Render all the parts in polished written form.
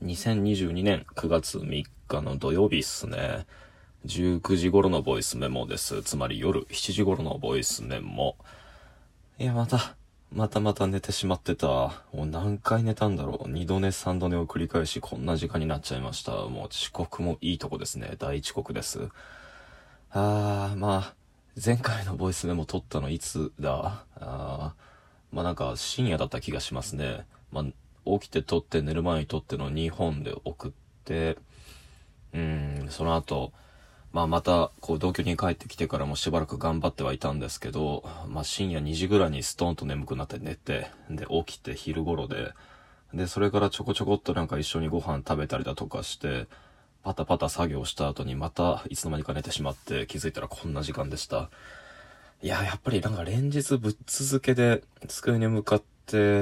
2022年9月3日の土曜日っすね。19時頃のボイスメモです。つまり夜7時頃のボイスメモ。いや、また寝てしまってた。もう何回寝たんだろう。2度寝3度寝を繰り返しこんな時間になっちゃいました。もう遅刻もいいとこですね。大遅刻です。前回のボイスメモ撮ったのいつだなんか深夜だった気がしますね。起きて撮って寝る前に撮っての2本で送って、その後、また、同居に帰ってきてからもしばらく頑張ってはいたんですけど、深夜2時ぐらいにストーンと眠くなって寝て、で、起きて昼頃で、それからちょこちょこっとなんか一緒にご飯食べたりだとかして、パタパタ作業した後にまたいつの間にか寝てしまって気づいたらこんな時間でした。いや、やっぱりなんか連日ぶっ続けで机に向かって、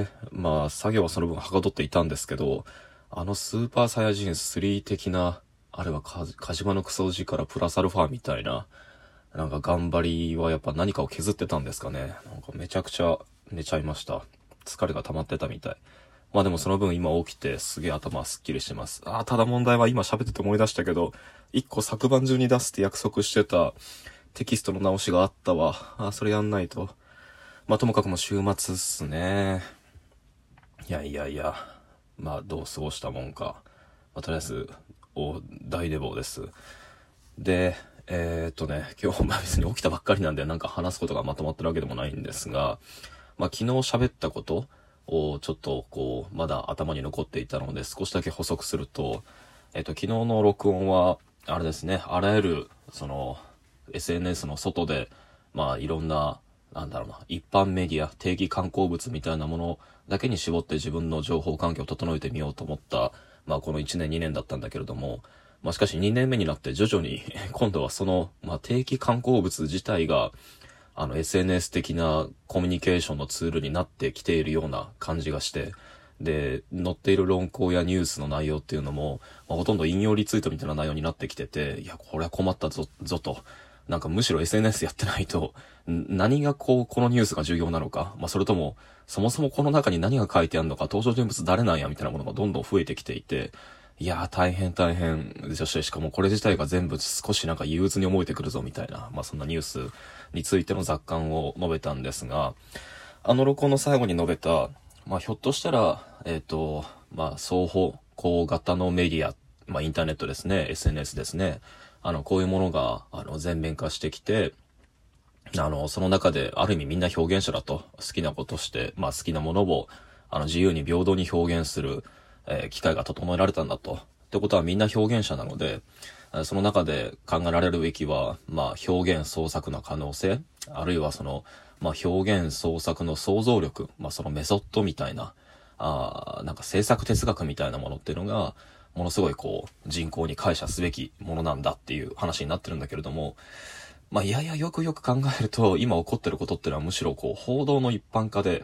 作業はその分はかどっていたんですけど、スーパーサイヤ人3的な、あれはカジマのクソ字からプラスアルファみたいな、なんか頑張りはやっぱ何かを削ってたんですかね。なんかめちゃくちゃ寝ちゃいました。疲れが溜まってたみたい。でもその分今起きてすげえ頭すっきりしてます。ただ問題は今喋ってて思い出したけど、一個昨晩中に出すって約束してたテキストの直しがあったわ。それやんないと。ともかくも週末っすね。いや。どう過ごしたもんか。とりあえず、大寝坊です。で、今日別に起きたばっかりなんでなんか話すことがまとまってるわけでもないんですが、昨日喋ったことをちょっとまだ頭に残っていたので少しだけ補足すると、昨日の録音は、あれですね、あらゆる、SNS の外で、いろんな、一般メディア、定義刊行物みたいなものだけに絞って自分の情報環境を整えてみようと思った、この1年2年だったんだけれども、しかし2年目になって徐々に今度はその、定義刊行物自体が、SNS 的なコミュニケーションのツールになってきているような感じがして、で、載っている論考やニュースの内容っていうのも、ほとんど引用リツイートみたいな内容になってきてて、いや、これは困ったぞと。なんかむしろ SNS やってないと、何がこのニュースが重要なのか、それとも、そもそもこの中に何が書いてあるのか、登場人物誰なんやみたいなものがどんどん増えてきていて、いやー大変でしかもこれ自体が全部少しなんか憂鬱に思えてくるぞみたいな、そんなニュースについての雑感を述べたんですが、録音の最後に述べた、ひょっとしたら、双方向型のメディア、インターネットですね、SNS ですね、こういうものが、全面化してきて、その中で、ある意味みんな表現者だと、好きなことして、好きなものを、自由に平等に表現する、機会が整えられたんだと。ってことはみんな表現者なので、その中で考えられるべきは、表現創作の可能性、あるいは表現創作の想像力、そのメソッドみたいな、なんか制作哲学みたいなものっていうのが、ものすごい人口に感謝すべきものなんだっていう話になってるんだけれども、よく考えると、今起こってることっていうのはむしろ報道の一般化で、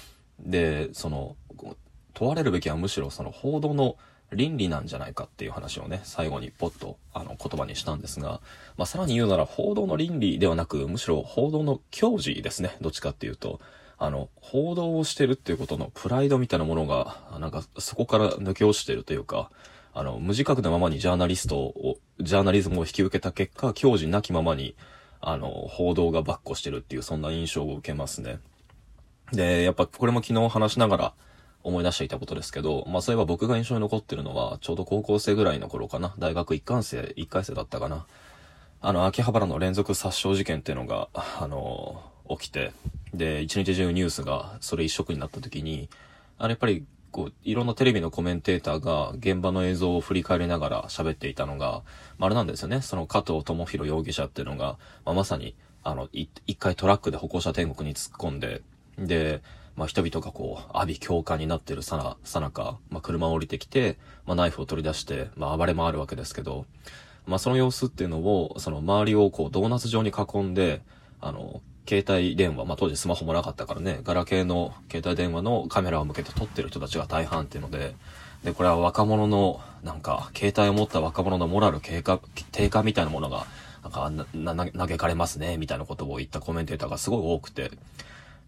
問われるべきはむしろ報道の倫理なんじゃないかっていう話をね、最後にポッと言葉にしたんですが、さらに言うなら報道の倫理ではなく、むしろ報道の矜持ですね。どっちかっていうと、報道をしてるっていうことのプライドみたいなものが、なんかそこから抜け落ちてるというか、無自覚なままにジャーナリズムを引き受けた結果、矜持なきままに、報道が跋扈してるっていう、そんな印象を受けますね。で、やっぱこれも昨日話しながら思い出していたことですけど、そういえば僕が印象に残ってるのは、ちょうど高校生ぐらいの頃かな。大学1回生だったかな。秋葉原の連続殺傷事件っていうのが、起きて、で、一日中ニュースがそれ一色になった時に、やっぱり、いろんなテレビのコメンテーターが現場の映像を振り返りながら喋っていたのが、あれなんですよね。その加藤智弘容疑者っていうのが、まさに、一回トラックで歩行者天国に突っ込んで、で、人々が阿鼻叫喚になってるさなか、車を降りてきて、ナイフを取り出して、暴れ回るわけですけど、その様子っていうのを、周りをドーナツ状に囲んで、携帯電話、当時スマホもなかったからね、ガラケーの携帯電話のカメラを向けて撮ってる人たちが大半っていうので、これは若者の、なんか、携帯を持った若者のモラル低下みたいなものが、投げかれますね、みたいなことを言ったコメンテーターがすごい多くて、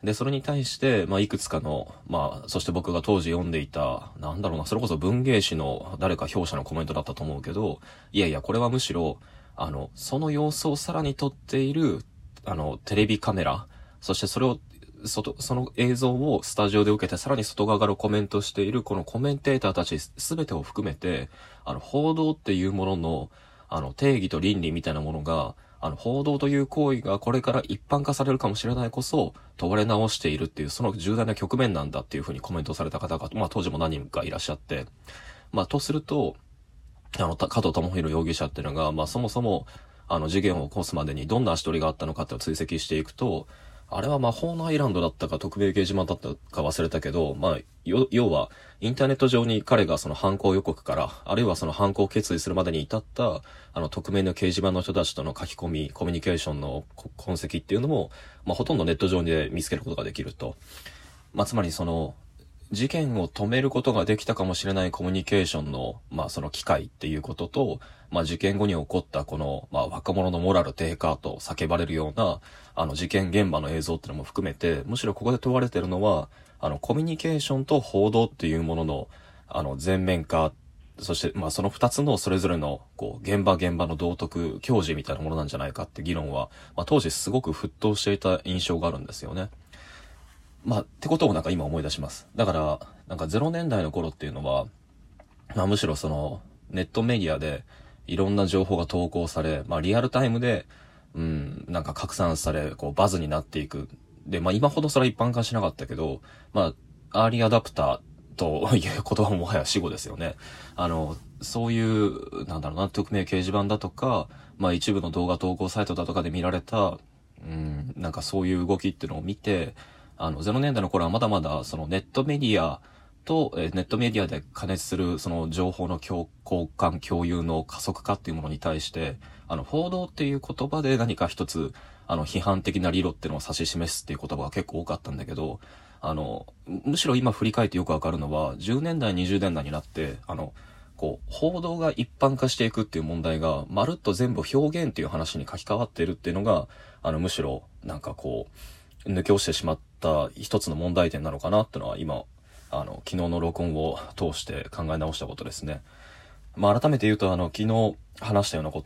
で、それに対して、いくつかの、そして僕が当時読んでいた、それこそ文芸誌の誰か表紙のコメントだったと思うけど、いやいや、これはむしろ、その様子をさらに撮っている、テレビカメラ、そしてそれを、その映像をスタジオで受けて、さらに外側からコメントしている、このコメンテーターたちすべてを含めて、報道っていうものの、定義と倫理みたいなものが、報道という行為がこれから一般化されるかもしれないこそ、問われ直しているっていう、その重大な局面なんだっていうふうにコメントされた方が、当時も何人かいらっしゃって、とすると、加藤智弘容疑者っていうのが、そもそも、事件を起こすまでにどんな足取りがあったのかって追跡していくと、あれは魔法のアイランドだったか匿名掲示板だったか忘れたけど、要は、インターネット上に彼がその犯行予告から、あるいはその犯行を決意するまでに至った、匿名の掲示板の人たちとの書き込み、コミュニケーションの痕跡っていうのも、ほとんどネット上で見つけることができると。つまりその、事件を止めることができたかもしれないコミュニケーションの、その機会っていうことと、事件後に起こったこの、若者のモラル低下と叫ばれるような、事件現場の映像っていうのも含めて、むしろここで問われてるのは、コミュニケーションと報道っていうものの、全面化、そして、その二つのそれぞれの、現場の道徳、教示みたいなものなんじゃないかって議論は、当時すごく沸騰していた印象があるんですよね。ってことを今思い出します。だから、0年代の頃っていうのは、むしろその、ネットメディアでいろんな情報が投稿され、リアルタイムで、拡散され、バズになっていく。で、今ほどそれは一般化しなかったけど、アーリーアダプターという言葉ももはや死語ですよね。そういう、匿名掲示板だとか、一部の動画投稿サイトだとかで見られた、そういう動きっていうのを見て、0年代の頃はまだまだそのネットメディアと、ネットメディアで加熱するその情報の交換共有の加速化っていうものに対して、報道っていう言葉で何か一つ、批判的な理論っていうのを指し示すっていう言葉が結構多かったんだけど、むしろ今振り返ってよくわかるのは、10年代、20年代になって、報道が一般化していくっていう問題が、まるっと全部表現っていう話に書き換わっているっていうのが、むしろ、抜け落ちてしまった一つの問題点なのかなってのは今、昨日の録音を通して考え直したことですね。改めて言うと、昨日話したようなこと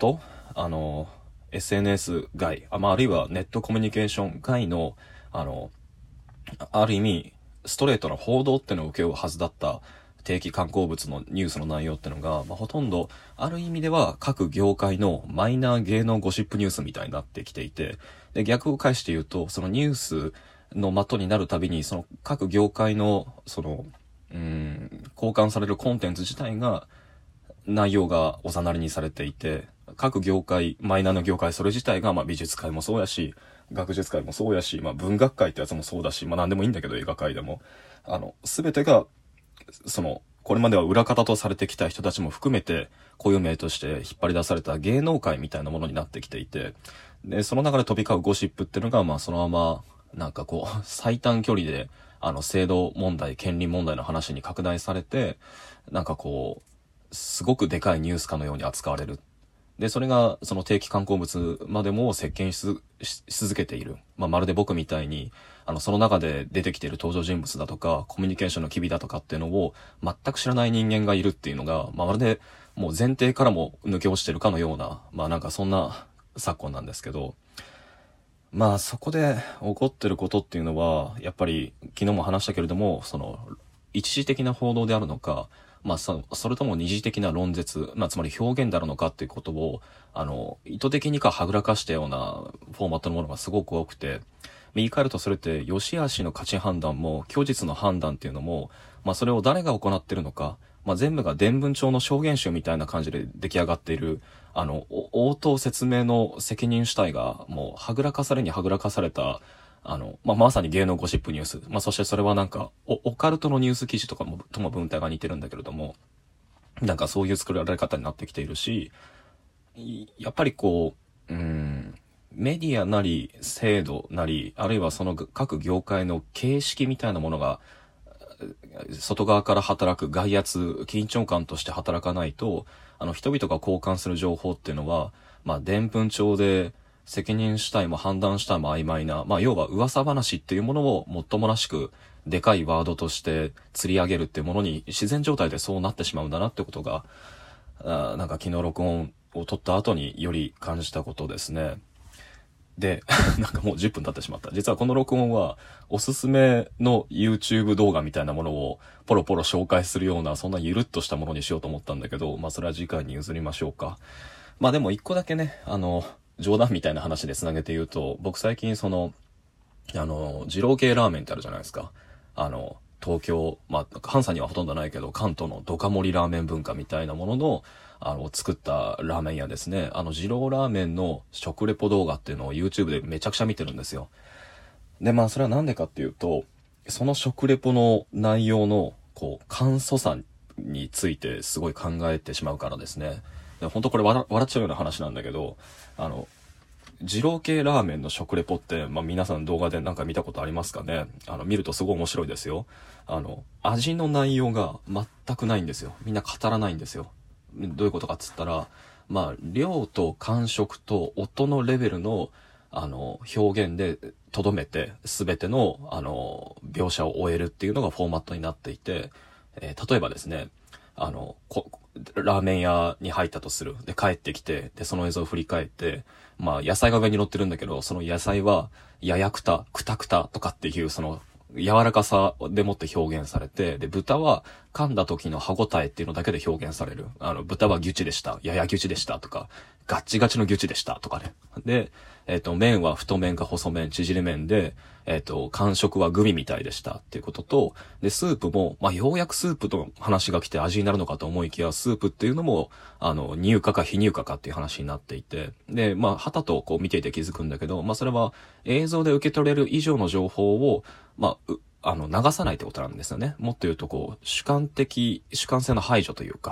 、SNS 外、あるいはネットコミュニケーション外の、ある意味、ストレートな報道ってのを受け負うはずだった定期刊行物のニュースの内容ってのが、ほとんど、ある意味では各業界のマイナー芸能ゴシップニュースみたいになってきていて、で、逆を返して言うと、そのニュースの的になるたびに、その各業界の、交換されるコンテンツ自体が、内容がおざなりにされていて、各業界、マイナーの業界それ自体が、美術界もそうやし、学術界もそうやし、文学界ってやつもそうだし、何でもいいんだけど映画界でも、すべてが、これまでは裏方とされてきた人たちも含めて、固有名として引っ張り出された芸能界みたいなものになってきていて、で、その中で飛び交うゴシップっていうのが、そのまま、最短距離で、制度問題、権利問題の話に拡大されて、すごくでかいニュースかのように扱われる。で、それが、その定期刊行物までも席巻し続けている。まるで僕みたいに、その中で出てきている登場人物だとか、コミュニケーションの機微だとかっていうのを全く知らない人間がいるっていうのが、まるでもう前提からも抜け落ちてるかのような、そんな昨今なんですけど、そこで起こってることっていうのは、やっぱり昨日も話したけれども、一時的な報道であるのか、それとも二次的な論説、つまり表現であるのかっていうことを、意図的にかはぐらかしたようなフォーマットのものがすごく多くて、言い換えるとそれって、良し悪しの価値判断も、虚実の判断っていうのも、それを誰が行ってるのか、全部が伝聞帳の証言集みたいな感じで出来上がっている、応答説明の責任主体が、もう、はぐらかされにはぐらかされた、まさに芸能ゴシップニュース。そしてそれはオカルトのニュース記事とかとも文体が似てるんだけれども、そういう作られ方になってきているし、やっぱりメディアなり、制度なり、あるいはその各業界の形式みたいなものが、外側から働く外圧、緊張感として働かないと、人々が交換する情報っていうのは、伝聞帳で、 責任主体も判断主体も曖昧な、要は噂話っていうものをもっともらしくでかいワードとして釣り上げるっていうものに自然状態でそうなってしまうんだなってことが、なんか昨日録音を撮った後により感じたことですね。で、なんかもう10分経ってしまった。実はこの録音はおすすめの YouTube 動画みたいなものをポロポロ紹介するような、そんなゆるっとしたものにしようと思ったんだけど、それは次回に譲りましょうか。でも一個だけね、冗談みたいな話で繋げて言うと、僕最近二郎系ラーメンってあるじゃないですか。東京、関西にはほとんどないけど、関東のドカ盛りラーメン文化みたいなものの、作ったラーメン屋ですね。二郎ラーメンの食レポ動画っていうのを YouTube でめちゃくちゃ見てるんですよ。で、それはなんでかっていうと、その食レポの内容の、簡素さについてすごい考えてしまうからですね。本当これ笑っちゃうような話なんだけど、二郎系ラーメンの食レポって、皆さん動画でなんか見たことありますかね。見るとすごい面白いですよ。味の内容が全くないんですよ。みんな語らないんですよ。どういうことかっつったら、量と感触と音のレベルの、表現でとどめて、すべての、描写を終えるっていうのがフォーマットになっていて、例えばですね、ラーメン屋に入ったとする。で、帰ってきて、で、その映像を振り返って、野菜が上に乗ってるんだけど、その野菜は、ややくた、くたくたとかっていう、その、柔らかさでもって表現されて、で、豚は噛んだ時の歯ごたえっていうのだけで表現される。豚はギュチでした。ややギュチでしたとか、ガッチガチのギュチでしたとかね。で、麺は太麺か細麺、縮れ麺で、感触はグミみたいでしたっていうことと、で、スープも、ようやくスープの話が来て味になるのかと思いきや、スープっていうのも、乳化か非乳化かっていう話になっていて、で、旗と見ていて気づくんだけど、それは映像で受け取れる以上の情報を、流さないってことなんですよね。もっと言うと主観性の排除というか、